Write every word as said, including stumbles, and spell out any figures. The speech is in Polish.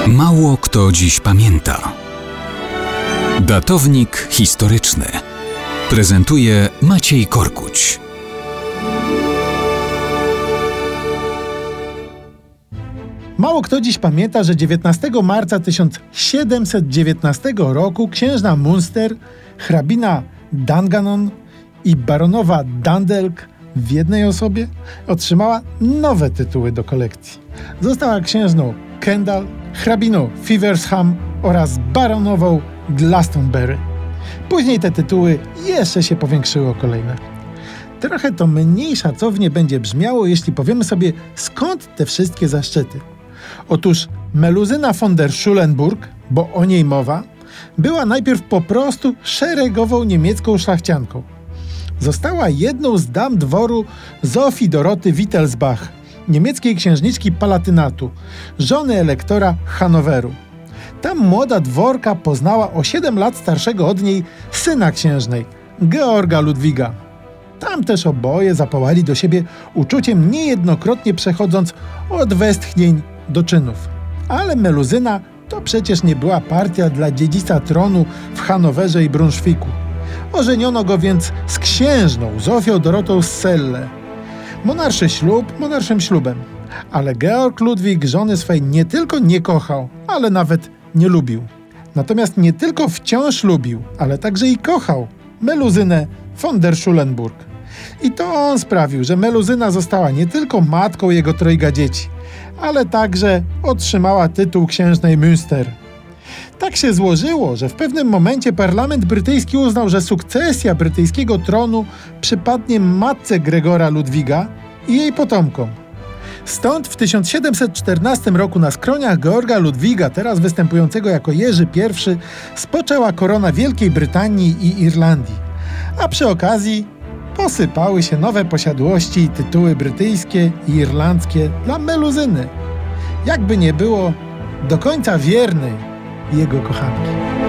Mało kto dziś pamięta. Datownik historyczny prezentuje Maciej Korkuć. Mało kto dziś pamięta, że dziewiętnastego marca tysiąc siedemset dziewiętnastego roku księżna Münster, hrabina Dangannon i baronowa Dandelk w jednej osobie otrzymała nowe tytuły do kolekcji. Została księżną Kendal, hrabiną Feversham oraz baronową Glastonbury. Później te tytuły jeszcze się powiększyły o kolejne. Trochę to mniej szacownie będzie brzmiało, jeśli powiemy sobie, skąd te wszystkie zaszczyty. Otóż Meluzyna von der Schulenburg, bo o niej mowa, była najpierw po prostu szeregową niemiecką szlachcianką. Została jedną z dam dworu Zofii Doroty Wittelsbach, niemieckiej księżniczki Palatynatu, żony elektora Hanoweru. Tam młoda dworka poznała o siedem lat starszego od niej syna księżnej, Georga Ludwiga. Tam też oboje zapałali do siebie uczuciem, niejednokrotnie przechodząc od westchnień do czynów. Ale Meluzyna to przecież nie była partia dla dziedzica tronu w Hanowerze i Brunszwiku. Ożeniono go więc z księżną Zofią Dorotą z Celle. Monarszy ślub monarszym ślubem, ale Georg Ludwig żony swej nie tylko nie kochał, ale nawet nie lubił. Natomiast nie tylko wciąż lubił, ale także i kochał Meluzynę von der Schulenburg. I to on sprawił, że Meluzyna została nie tylko matką jego trojga dzieci, ale także otrzymała tytuł księżnej Münster. Tak się złożyło, że w pewnym momencie parlament brytyjski uznał, że sukcesja brytyjskiego tronu przypadnie matce Gregora Ludwiga i jej potomkom. Stąd w tysiąc siedemset czternastym roku na skroniach Georga Ludwiga, teraz występującego jako Jerzy I, spoczęła korona Wielkiej Brytanii i Irlandii. A przy okazji posypały się nowe posiadłości i tytuły brytyjskie i irlandzkie dla Meluzyny. Jakby nie było, do końca wiernej jego kochanki.